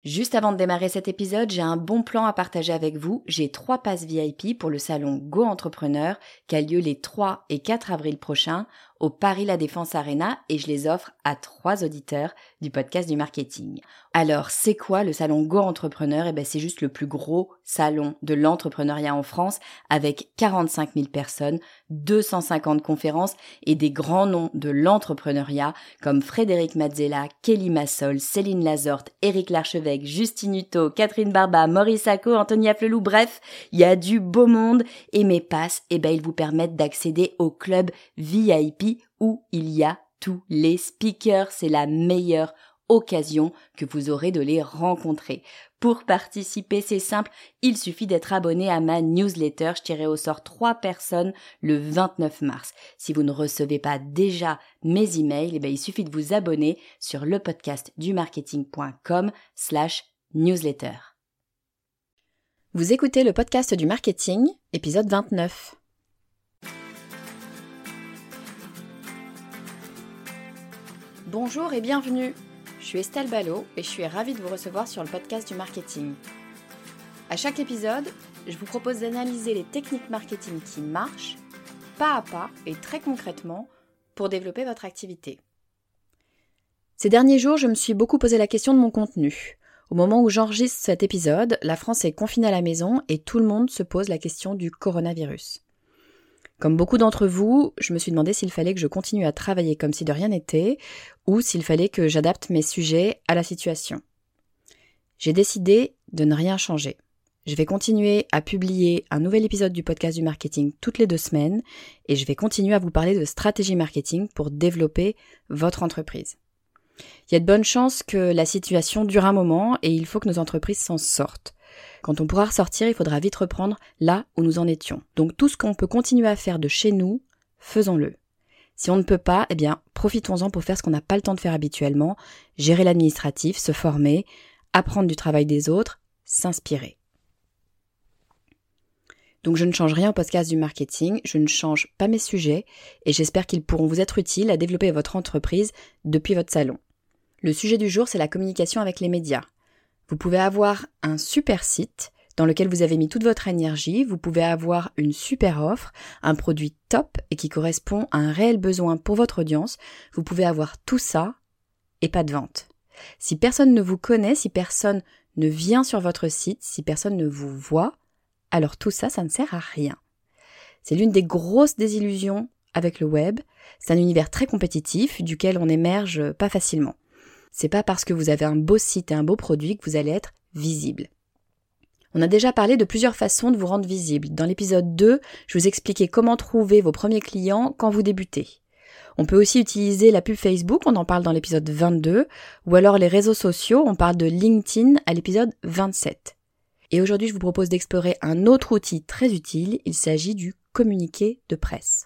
Juste avant de démarrer cet épisode, j'ai un bon plan à partager avec vous. J'ai 3 passes VIP pour le salon Go Entrepreneur qui a lieu les 3 et 4 avril prochains au Paris La Défense Arena et je les offre à 3 auditeurs du podcast du marketing. Alors, c'est quoi le salon Go Entrepreneur ? C'est juste le plus gros salon de l'entrepreneuriat en France avec 45 000 personnes, 250 conférences et des grands noms de l'entrepreneuriat comme Frédéric Mazzella, Kelly Massol, Céline Lazorte, Éric Larchevêque, Justine Hutto, Catherine Barba, Maurice Sacco, Antonia Flelou, bref, il y a du beau monde et mes passes, ils vous permettent d'accéder au club VIP où il y a tous les speakers. C'est la meilleure occasion que vous aurez de les rencontrer. Pour participer, c'est simple, il suffit d'être abonné à ma newsletter. Je tirerai au sort 3 personnes le 29 mars. Si vous ne recevez pas déjà mes emails, il suffit de vous abonner sur lepodcastdumarketing.com/newsletter. Vous écoutez le podcast du marketing, épisode 29. Bonjour et bienvenue. Je suis Estelle Ballot et je suis ravie de vous recevoir sur le podcast du marketing. À chaque épisode, je vous propose d'analyser les techniques marketing qui marchent, pas à pas et très concrètement, pour développer votre activité. Ces derniers jours, je me suis beaucoup posé la question de mon contenu. Au moment où j'enregistre cet épisode, la France est confinée à la maison et tout le monde se pose la question du coronavirus. Comme beaucoup d'entre vous, je me suis demandé s'il fallait que je continue à travailler comme si de rien n'était ou s'il fallait que j'adapte mes sujets à la situation. J'ai décidé de ne rien changer. Je vais continuer à publier un nouvel épisode du podcast du marketing toutes les 2 semaines et je vais continuer à vous parler de stratégie marketing pour développer votre entreprise. Il y a de bonnes chances que la situation dure un moment et il faut que nos entreprises s'en sortent. Quand on pourra ressortir, il faudra vite reprendre là où nous en étions. Donc tout ce qu'on peut continuer à faire de chez nous, faisons-le. Si on ne peut pas, profitons-en pour faire ce qu'on n'a pas le temps de faire habituellement, gérer l'administratif, se former, apprendre du travail des autres, s'inspirer. Donc je ne change rien au podcast du marketing, je ne change pas mes sujets et j'espère qu'ils pourront vous être utiles à développer votre entreprise depuis votre salon. Le sujet du jour, c'est la communication avec les médias. Vous pouvez avoir un super site dans lequel vous avez mis toute votre énergie, vous pouvez avoir une super offre, un produit top et qui correspond à un réel besoin pour votre audience, vous pouvez avoir tout ça et pas de vente. Si personne ne vous connaît, si personne ne vient sur votre site, si personne ne vous voit, alors tout ça, ça ne sert à rien. C'est l'une des grosses désillusions avec le web, c'est un univers très compétitif duquel on émerge pas facilement. C'est pas parce que vous avez un beau site et un beau produit que vous allez être visible. On a déjà parlé de plusieurs façons de vous rendre visible. Dans l'épisode 2, je vous expliquais comment trouver vos premiers clients quand vous débutez. On peut aussi utiliser la pub Facebook, on en parle dans l'épisode 22, ou alors les réseaux sociaux, on parle de LinkedIn à l'épisode 27. Et aujourd'hui, je vous propose d'explorer un autre outil très utile, il s'agit du communiqué de presse.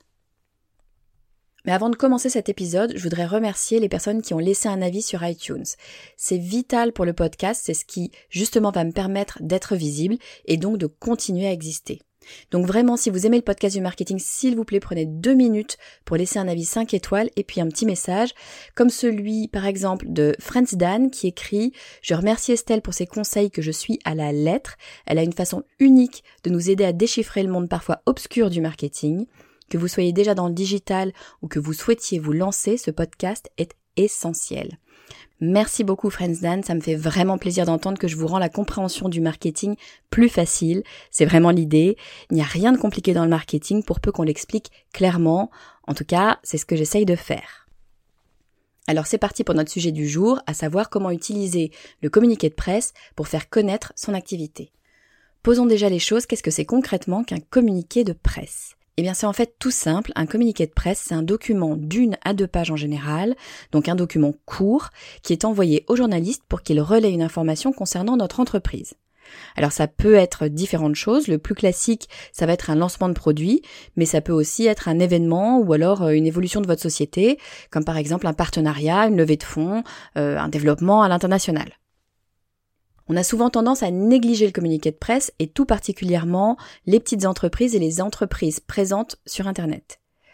Mais avant de commencer cet épisode, je voudrais remercier les personnes qui ont laissé un avis sur iTunes. C'est vital pour le podcast, c'est ce qui justement va me permettre d'être visible et donc de continuer à exister. Donc vraiment, si vous aimez le podcast du marketing, s'il vous plaît, prenez 2 minutes pour laisser un avis 5 étoiles et puis un petit message, comme celui par exemple de Friends Dan qui écrit « Je remercie Estelle pour ses conseils que je suis à la lettre. Elle a une façon unique de nous aider à déchiffrer le monde parfois obscur du marketing. » Que vous soyez déjà dans le digital ou que vous souhaitiez vous lancer, ce podcast est essentiel. Merci beaucoup Friends Dan, ça me fait vraiment plaisir d'entendre que je vous rends la compréhension du marketing plus facile. C'est vraiment l'idée. Il n'y a rien de compliqué dans le marketing pour peu qu'on l'explique clairement. En tout cas, c'est ce que j'essaye de faire. Alors c'est parti pour notre sujet du jour, à savoir comment utiliser le communiqué de presse pour faire connaître son activité. Posons déjà les choses, qu'est-ce que c'est concrètement qu'un communiqué de presse ? C'est en fait tout simple, un communiqué de presse, c'est un document d'1 à 2 pages en général, donc un document court qui est envoyé aux journalistes pour qu'ils relaient une information concernant notre entreprise. Alors ça peut être différentes choses, le plus classique ça va être un lancement de produit, mais ça peut aussi être un événement ou alors une évolution de votre société, comme par exemple un partenariat, une levée de fonds, un développement à l'international. On a souvent tendance à négliger le communiqué de presse et tout particulièrement les petites entreprises et les entreprises présentes sur Internet.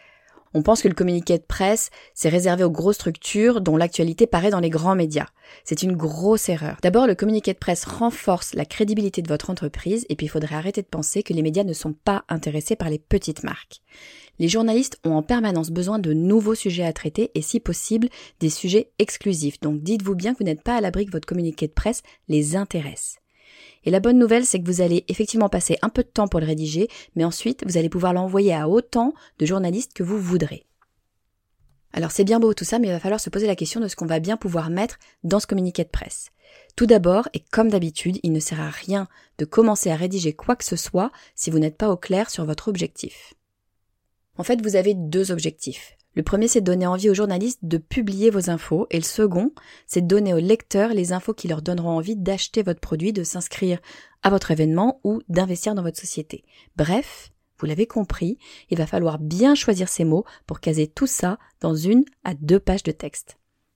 On pense que le communiqué de presse, c'est réservé aux grosses structures dont l'actualité paraît dans les grands médias. C'est une grosse erreur. D'abord, le communiqué de presse renforce la crédibilité de votre entreprise et puis il faudrait arrêter de penser que les médias ne sont pas intéressés par les petites marques. Les journalistes ont en permanence besoin de nouveaux sujets à traiter et si possible, des sujets exclusifs. Donc dites-vous bien que vous n'êtes pas à l'abri que votre communiqué de presse les intéresse. Et la bonne nouvelle, c'est que vous allez effectivement passer un peu de temps pour le rédiger, mais ensuite, vous allez pouvoir l'envoyer à autant de journalistes que vous voudrez. Alors c'est bien beau tout ça, mais il va falloir se poser la question de ce qu'on va bien pouvoir mettre dans ce communiqué de presse. Tout d'abord, et comme d'habitude, il ne sert à rien de commencer à rédiger quoi que ce soit si vous n'êtes pas au clair sur votre objectif. En fait, vous avez deux objectifs. Le premier, c'est de donner envie aux journalistes de publier vos infos et le second, c'est de donner aux lecteurs les infos qui leur donneront envie d'acheter votre produit, de s'inscrire à votre événement ou d'investir dans votre société. Bref, vous l'avez compris, il va falloir bien choisir ces mots pour caser tout ça dans 1 à 2 pages de texte.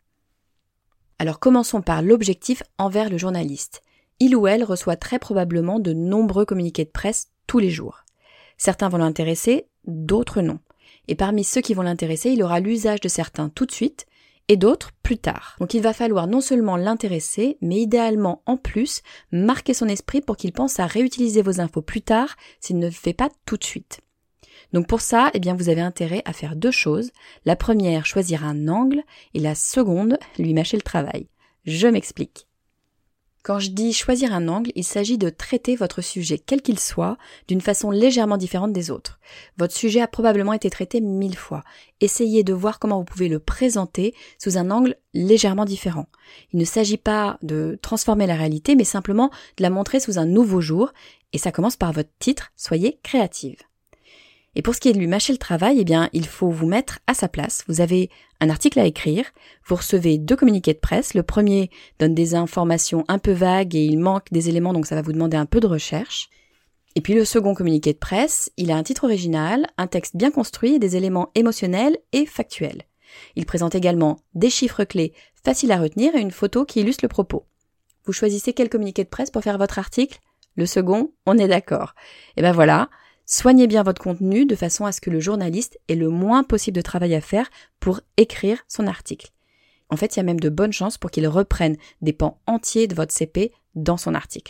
Alors commençons par l'objectif envers le journaliste. Il ou elle reçoit très probablement de nombreux communiqués de presse tous les jours. Certains vont l'intéresser, d'autres non. Et parmi ceux qui vont l'intéresser, il aura l'usage de certains tout de suite et d'autres plus tard. Donc il va falloir non seulement l'intéresser, mais idéalement en plus marquer son esprit pour qu'il pense à réutiliser vos infos plus tard s'il ne le fait pas tout de suite. Donc pour ça, vous avez intérêt à faire 2 choses. La première, choisir un angle et la seconde, lui mâcher le travail. Je m'explique. Quand je dis choisir un angle, il s'agit de traiter votre sujet, quel qu'il soit, d'une façon légèrement différente des autres. Votre sujet a probablement été traité 1000 fois. Essayez de voir comment vous pouvez le présenter sous un angle légèrement différent. Il ne s'agit pas de transformer la réalité, mais simplement de la montrer sous un nouveau jour, et ça commence par votre titre, soyez créative. Et pour ce qui est de lui mâcher le travail, il faut vous mettre à sa place. Vous avez un article à écrire, vous recevez 2 communiqués de presse. Le premier donne des informations un peu vagues et il manque des éléments, donc ça va vous demander un peu de recherche. Et puis le second communiqué de presse, il a un titre original, un texte bien construit et des éléments émotionnels et factuels. Il présente également des chiffres clés faciles à retenir et une photo qui illustre le propos. Vous choisissez quel communiqué de presse pour faire votre article? Le second, on est d'accord. Et voilà. Soignez bien votre contenu de façon à ce que le journaliste ait le moins possible de travail à faire pour écrire son article. En fait, il y a même de bonnes chances pour qu'il reprenne des pans entiers de votre CP dans son article.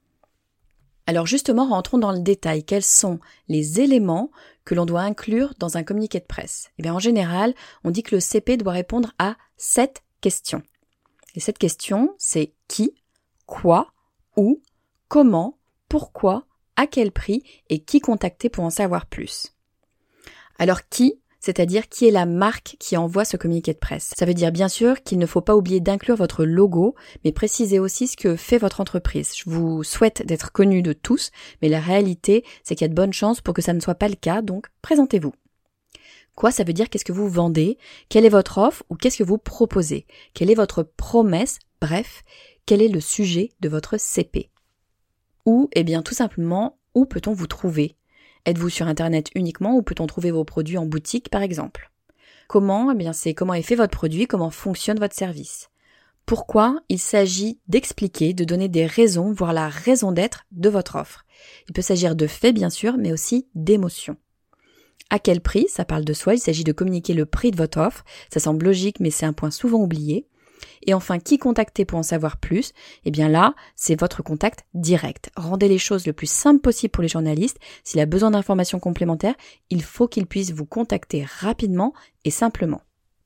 Alors justement, rentrons dans le détail. Quels sont les éléments que l'on doit inclure dans un communiqué de presse? En général, on dit que le CP doit répondre à 7 questions. Et cette question, c'est qui, quoi, où, comment, pourquoi, à quel prix et qui contacter pour en savoir plus. Alors qui, c'est-à-dire qui est la marque qui envoie ce communiqué de presse. Ça veut dire bien sûr qu'il ne faut pas oublier d'inclure votre logo, mais précisez aussi ce que fait votre entreprise. Je vous souhaite d'être connu de tous, mais la réalité, c'est qu'il y a de bonnes chances pour que ça ne soit pas le cas, donc présentez-vous. Quoi, ça veut dire qu'est-ce que vous vendez, quelle est votre offre ou qu'est-ce que vous proposez, quelle est votre promesse, bref, quel est le sujet de votre CP. Ou, tout simplement, où peut-on vous trouver? Êtes-vous sur Internet uniquement ou peut-on trouver vos produits en boutique, par exemple? Comment? C'est comment est fait votre produit, comment fonctionne votre service. Pourquoi? Il s'agit d'expliquer, de donner des raisons, voire la raison d'être de votre offre. Il peut s'agir de faits, bien sûr, mais aussi d'émotions. À quel prix? Ça parle de soi, il s'agit de communiquer le prix de votre offre. Ça semble logique, mais c'est un point souvent oublié. Et enfin, qui contacter pour en savoir plus? Là, c'est votre contact direct. Rendez les choses le plus simple possible pour les journalistes. S'il a besoin d'informations complémentaires, il faut qu'il puisse vous contacter rapidement et simplement.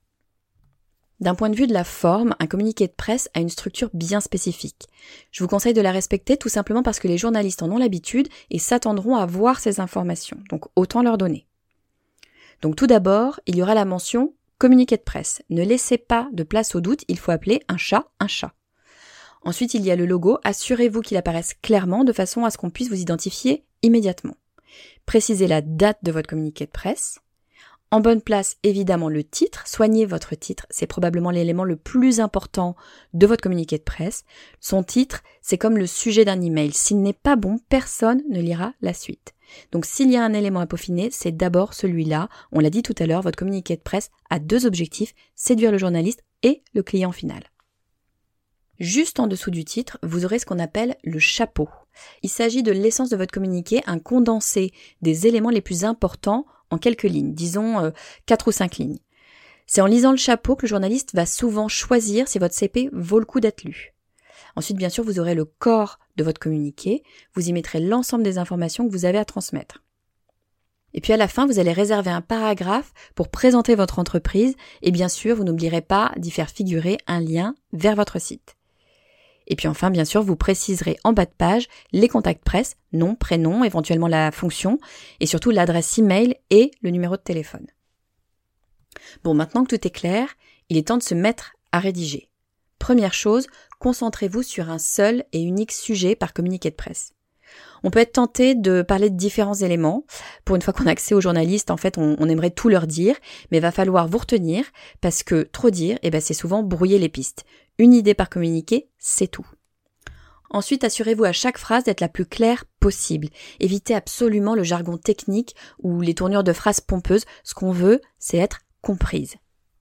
D'un point de vue de la forme, un communiqué de presse a une structure bien spécifique. Je vous conseille de la respecter tout simplement parce que les journalistes en ont l'habitude et s'attendront à voir ces informations. Donc autant leur donner. Donc tout d'abord, il y aura la mention communiqué de presse. Ne laissez pas de place au doute, il faut appeler un chat un chat. Ensuite, il y a le logo. Assurez-vous qu'il apparaisse clairement de façon à ce qu'on puisse vous identifier immédiatement. Précisez la date de votre communiqué de presse. En bonne place, évidemment, le titre. Soignez votre titre. C'est probablement l'élément le plus important de votre communiqué de presse. Son titre, c'est comme le sujet d'un email. S'il n'est pas bon, personne ne lira la suite. Donc s'il y a un élément à peaufiner, c'est d'abord celui-là. On l'a dit tout à l'heure, votre communiqué de presse a 2 objectifs, séduire le journaliste et le client final. Juste en dessous du titre, vous aurez ce qu'on appelle le chapeau. Il s'agit de l'essence de votre communiqué, un condensé des éléments les plus importants en quelques lignes, disons 4 ou 5 lignes. C'est en lisant le chapeau que le journaliste va souvent choisir si votre CP vaut le coup d'être lu. Ensuite, bien sûr, vous aurez le corps de votre communiqué, vous y mettrez l'ensemble des informations que vous avez à transmettre. Et puis à la fin, vous allez réserver un paragraphe pour présenter votre entreprise et bien sûr, vous n'oublierez pas d'y faire figurer un lien vers votre site. Et puis enfin, bien sûr, vous préciserez en bas de page les contacts presse, nom, prénom, éventuellement la fonction et surtout l'adresse email et le numéro de téléphone. Bon, maintenant que tout est clair, il est temps de se mettre à rédiger. Première chose, concentrez-vous sur un seul et unique sujet par communiqué de presse. On peut être tenté de parler de différents éléments. Pour une fois qu'on a accès aux journalistes, en fait, on aimerait tout leur dire, mais il va falloir vous retenir parce que trop dire, c'est souvent brouiller les pistes. Une idée par communiqué, c'est tout. Ensuite, assurez-vous à chaque phrase d'être la plus claire possible. Évitez absolument le jargon technique ou les tournures de phrases pompeuses. Ce qu'on veut, c'est être comprise.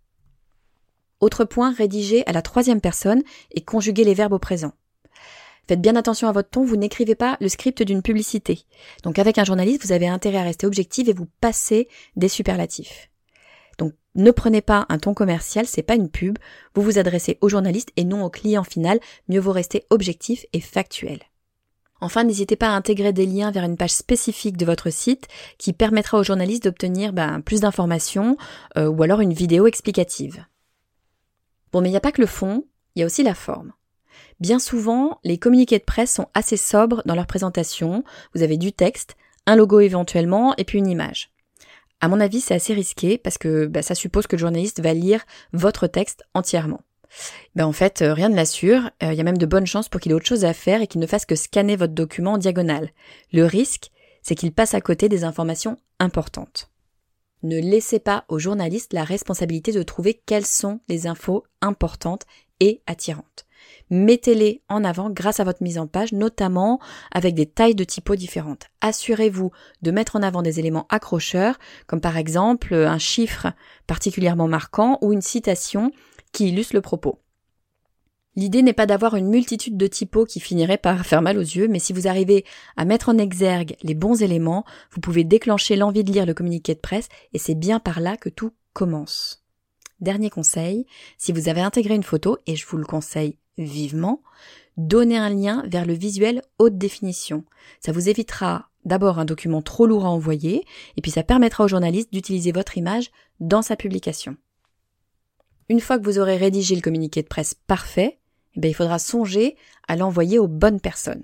Autre point, rédigez à la 3e personne et conjuguez les verbes au présent. Faites bien attention à votre ton, vous n'écrivez pas le script d'une publicité. Donc avec un journaliste, vous avez intérêt à rester objectif et vous passez des superlatifs. Donc ne prenez pas un ton commercial, c'est pas une pub, vous vous adressez au journaliste et non au client final, mieux vaut rester objectif et factuel. Enfin, n'hésitez pas à intégrer des liens vers une page spécifique de votre site qui permettra aux journalistes d'obtenir plus d'informations ou alors une vidéo explicative. Bon, mais il n'y a pas que le fond, il y a aussi la forme. Bien souvent, les communiqués de presse sont assez sobres dans leur présentation. Vous avez du texte, un logo éventuellement et puis une image. À mon avis, c'est assez risqué parce que ça suppose que le journaliste va lire votre texte entièrement. En fait, rien ne l'assure. Il y a même de bonnes chances pour qu'il ait autre chose à faire et qu'il ne fasse que scanner votre document en diagonale. Le risque, c'est qu'il passe à côté des informations importantes. Ne laissez pas aux journalistes la responsabilité de trouver quelles sont les infos importantes et attirantes. Mettez-les en avant grâce à votre mise en page, notamment avec des tailles de typos différentes. Assurez-vous de mettre en avant des éléments accrocheurs, comme par exemple un chiffre particulièrement marquant ou une citation qui illustre le propos. L'idée n'est pas d'avoir une multitude de typos qui finiraient par faire mal aux yeux, mais si vous arrivez à mettre en exergue les bons éléments, vous pouvez déclencher l'envie de lire le communiqué de presse et c'est bien par là que tout commence. Dernier conseil, si vous avez intégré une photo, et je vous le conseille vivement, donnez un lien vers le visuel haute définition. Ça vous évitera d'abord un document trop lourd à envoyer, et puis ça permettra au journaliste d'utiliser votre image dans sa publication. Une fois que vous aurez rédigé le communiqué de presse parfait, il faudra songer à l'envoyer aux bonnes personnes.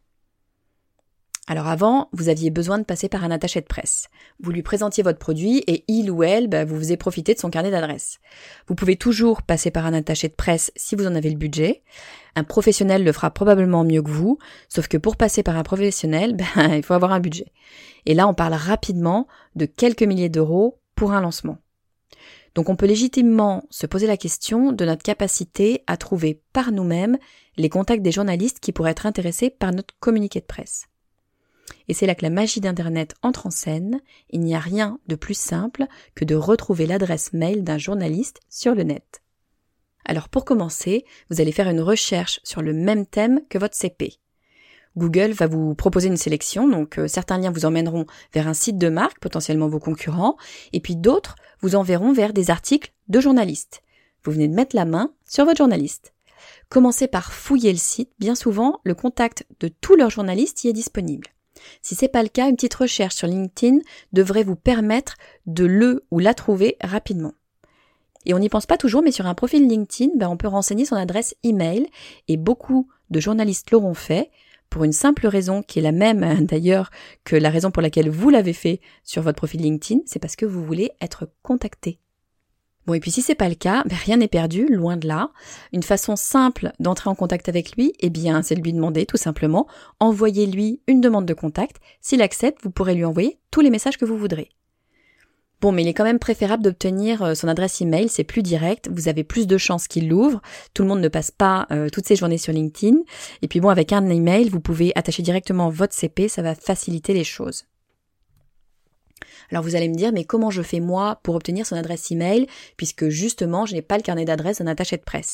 Alors avant, vous aviez besoin de passer par un attaché de presse. Vous lui présentiez votre produit et il ou elle, vous faisiez profiter de son carnet d'adresses. Vous pouvez toujours passer par un attaché de presse si vous en avez le budget. Un professionnel le fera probablement mieux que vous, sauf que pour passer par un professionnel, il faut avoir un budget. Et là, on parle rapidement de quelques milliers d'euros pour un lancement. Donc on peut légitimement se poser la question de notre capacité à trouver par nous-mêmes les contacts des journalistes qui pourraient être intéressés par notre communiqué de presse. Et c'est là que la magie d'Internet entre en scène. Il n'y a rien de plus simple que de retrouver l'adresse mail d'un journaliste sur le net. Alors pour commencer, vous allez faire une recherche sur le même thème que votre CP. Google va vous proposer une sélection, donc certains liens vous emmèneront vers un site de marque, potentiellement vos concurrents, et puis d'autres vous enverront vers des articles de journalistes. Vous venez de mettre la main sur votre journaliste. Commencez par fouiller le site, bien souvent le contact de tous leurs journalistes y est disponible. Si c'est pas le cas, une petite recherche sur LinkedIn devrait vous permettre de le ou la trouver rapidement. Et on n'y pense pas toujours, mais sur un profil LinkedIn, on peut renseigner son adresse email et beaucoup de journalistes l'auront fait pour une simple raison qui est la même d'ailleurs que la raison pour laquelle vous l'avez fait sur votre profil LinkedIn, c'est parce que vous voulez être contacté. Bon, et puis si c'est pas le cas, rien n'est perdu, loin de là. Une façon simple d'entrer en contact avec lui, c'est de lui demander tout simplement, envoyez-lui une demande de contact. S'il accepte, vous pourrez lui envoyer tous les messages que vous voudrez. Bon, mais il est quand même préférable d'obtenir son adresse email, c'est plus direct, vous avez plus de chances qu'il l'ouvre, tout le monde ne passe pas toutes ses journées sur LinkedIn, et puis avec un email, vous pouvez attacher directement votre CP, ça va faciliter les choses. Alors vous allez me dire, mais comment je fais moi pour obtenir son adresse email, puisque justement je n'ai pas le carnet d'adresse d'un attaché de presse ?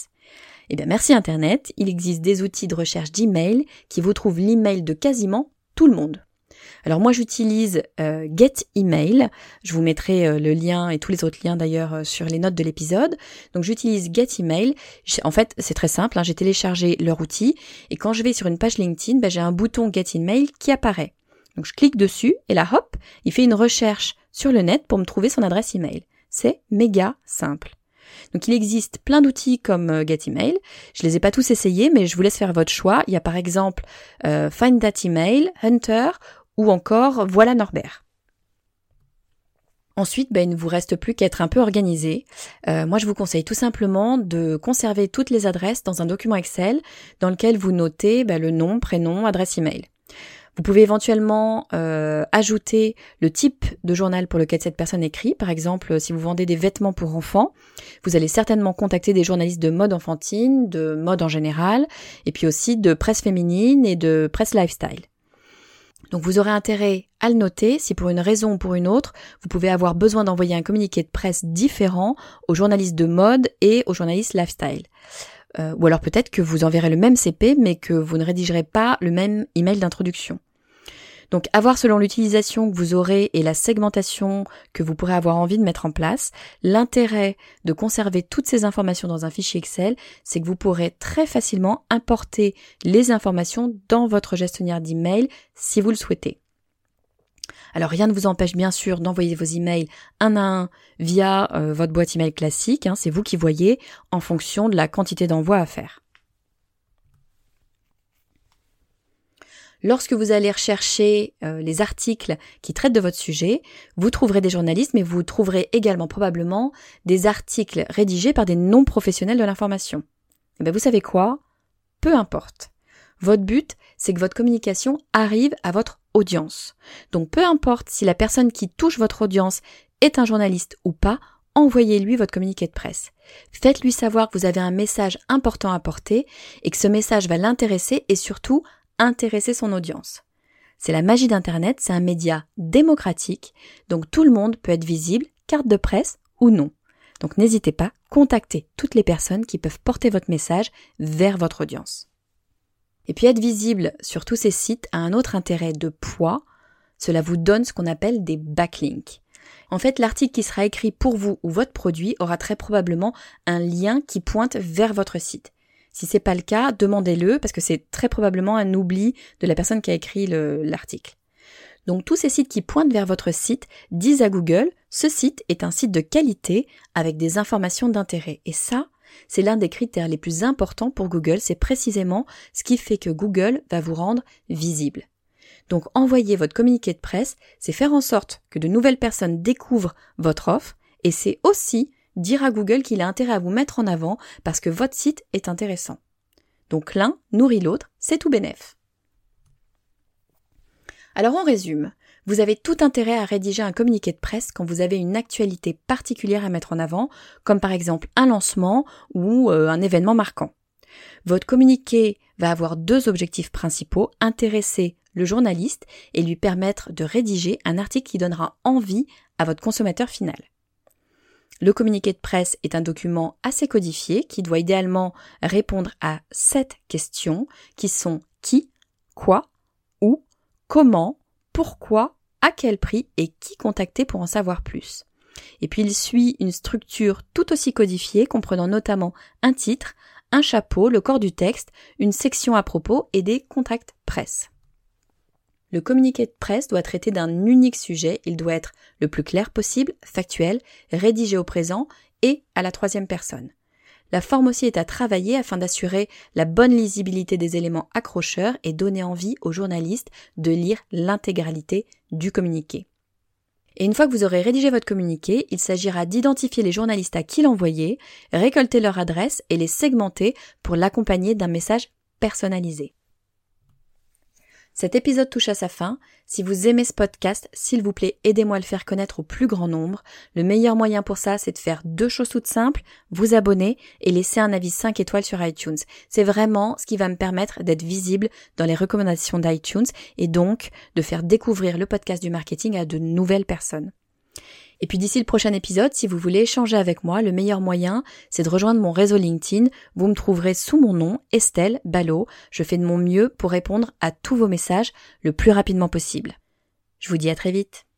Eh bien merci Internet, il existe des outils de recherche d'email qui vous trouvent l'email de quasiment tout le monde. Alors moi j'utilise Get Email, je vous mettrai le lien et tous les autres liens d'ailleurs sur les notes de l'épisode. Donc j'utilise Get Email, en fait c'est très simple, j'ai téléchargé leur outil et quand je vais sur une page LinkedIn, j'ai un bouton Get Email qui apparaît. Donc je clique dessus et là hop, il fait une recherche sur le net pour me trouver son adresse email. C'est méga simple. Donc il existe plein d'outils comme Get Email. Je les ai pas tous essayés, mais je vous laisse faire votre choix. Il y a par exemple Find That Email, Hunter ou encore Voilà Norbert. Ensuite, il ne vous reste plus qu'à être un peu organisé. Moi, je vous conseille tout simplement de conserver toutes les adresses dans un document Excel dans lequel vous notez le nom, prénom, adresse email. Vous pouvez éventuellement ajouter le type de journal pour lequel cette personne écrit. Par exemple, si vous vendez des vêtements pour enfants, vous allez certainement contacter des journalistes de mode enfantine, de mode en général, et puis aussi de presse féminine et de presse lifestyle. Donc vous aurez intérêt à le noter si pour une raison ou pour une autre, vous pouvez avoir besoin d'envoyer un communiqué de presse différent aux journalistes de mode et aux journalistes lifestyle. Ou alors peut-être que vous enverrez le même CP mais que vous ne rédigerez pas le même email d'introduction. Donc à voir selon l'utilisation que vous aurez et la segmentation que vous pourrez avoir envie de mettre en place, l'intérêt de conserver toutes ces informations dans un fichier Excel, c'est que vous pourrez très facilement importer les informations dans votre gestionnaire d'email si vous le souhaitez. Alors rien ne vous empêche bien sûr d'envoyer vos emails un à un via votre boîte email classique, c'est vous qui voyez en fonction de la quantité d'envoi à faire. Lorsque vous allez rechercher les articles qui traitent de votre sujet, vous trouverez des journalistes, mais vous trouverez également probablement des articles rédigés par des non-professionnels de l'information. Et vous savez quoi ? Peu importe. Votre but, c'est que votre communication arrive à votre audience. Donc peu importe si la personne qui touche votre audience est un journaliste ou pas, envoyez-lui votre communiqué de presse. Faites-lui savoir que vous avez un message important à porter et que ce message va l'intéresser et surtout intéresser son audience. C'est la magie d'Internet, c'est un média démocratique, donc tout le monde peut être visible, carte de presse ou non. Donc n'hésitez pas, contactez toutes les personnes qui peuvent porter votre message vers votre audience. Et puis être visible sur tous ces sites a un autre intérêt de poids, cela vous donne ce qu'on appelle des backlinks. En fait, l'article qui sera écrit pour vous ou votre produit aura très probablement un lien qui pointe vers votre site. Si c'est pas le cas, demandez-le parce que c'est très probablement un oubli de la personne qui a écrit l'article. Donc tous ces sites qui pointent vers votre site disent à Google, ce site est un site de qualité avec des informations d'intérêt. Et ça, c'est l'un des critères les plus importants pour Google, c'est précisément ce qui fait que Google va vous rendre visible. Donc envoyer votre communiqué de presse, c'est faire en sorte que de nouvelles personnes découvrent votre offre et c'est aussi dire à Google qu'il a intérêt à vous mettre en avant parce que votre site est intéressant. Donc l'un nourrit l'autre, c'est tout bénef. Alors on résume, vous avez tout intérêt à rédiger un communiqué de presse quand vous avez une actualité particulière à mettre en avant, comme par exemple un lancement ou un événement marquant. Votre communiqué va avoir deux objectifs principaux, intéresser le journaliste et lui permettre de rédiger un article qui donnera envie à votre consommateur final. Le communiqué de presse est un document assez codifié qui doit idéalement répondre à 7 questions qui sont qui, quoi, où, comment, pourquoi, à quel prix et qui contacter pour en savoir plus. Et puis il suit une structure tout aussi codifiée comprenant notamment un titre, un chapeau, le corps du texte, une section à propos et des contacts presse. Le communiqué de presse doit traiter d'un unique sujet, il doit être le plus clair possible, factuel, rédigé au présent et à la troisième personne. La forme aussi est à travailler afin d'assurer la bonne lisibilité des éléments accrocheurs et donner envie aux journalistes de lire l'intégralité du communiqué. Et une fois que vous aurez rédigé votre communiqué, il s'agira d'identifier les journalistes à qui l'envoyer, récolter leur adresse et les segmenter pour l'accompagner d'un message personnalisé. Cet épisode touche à sa fin. Si vous aimez ce podcast, s'il vous plaît, aidez-moi à le faire connaître au plus grand nombre. Le meilleur moyen pour ça, c'est de faire 2 choses toutes simples, vous abonner et laisser un avis 5 étoiles sur iTunes. C'est vraiment ce qui va me permettre d'être visible dans les recommandations d'iTunes et donc de faire découvrir le podcast du marketing à de nouvelles personnes. Et puis d'ici le prochain épisode, si vous voulez échanger avec moi, le meilleur moyen, c'est de rejoindre mon réseau LinkedIn. Vous me trouverez sous mon nom, Estelle Ballot. Je fais de mon mieux pour répondre à tous vos messages le plus rapidement possible. Je vous dis à très vite.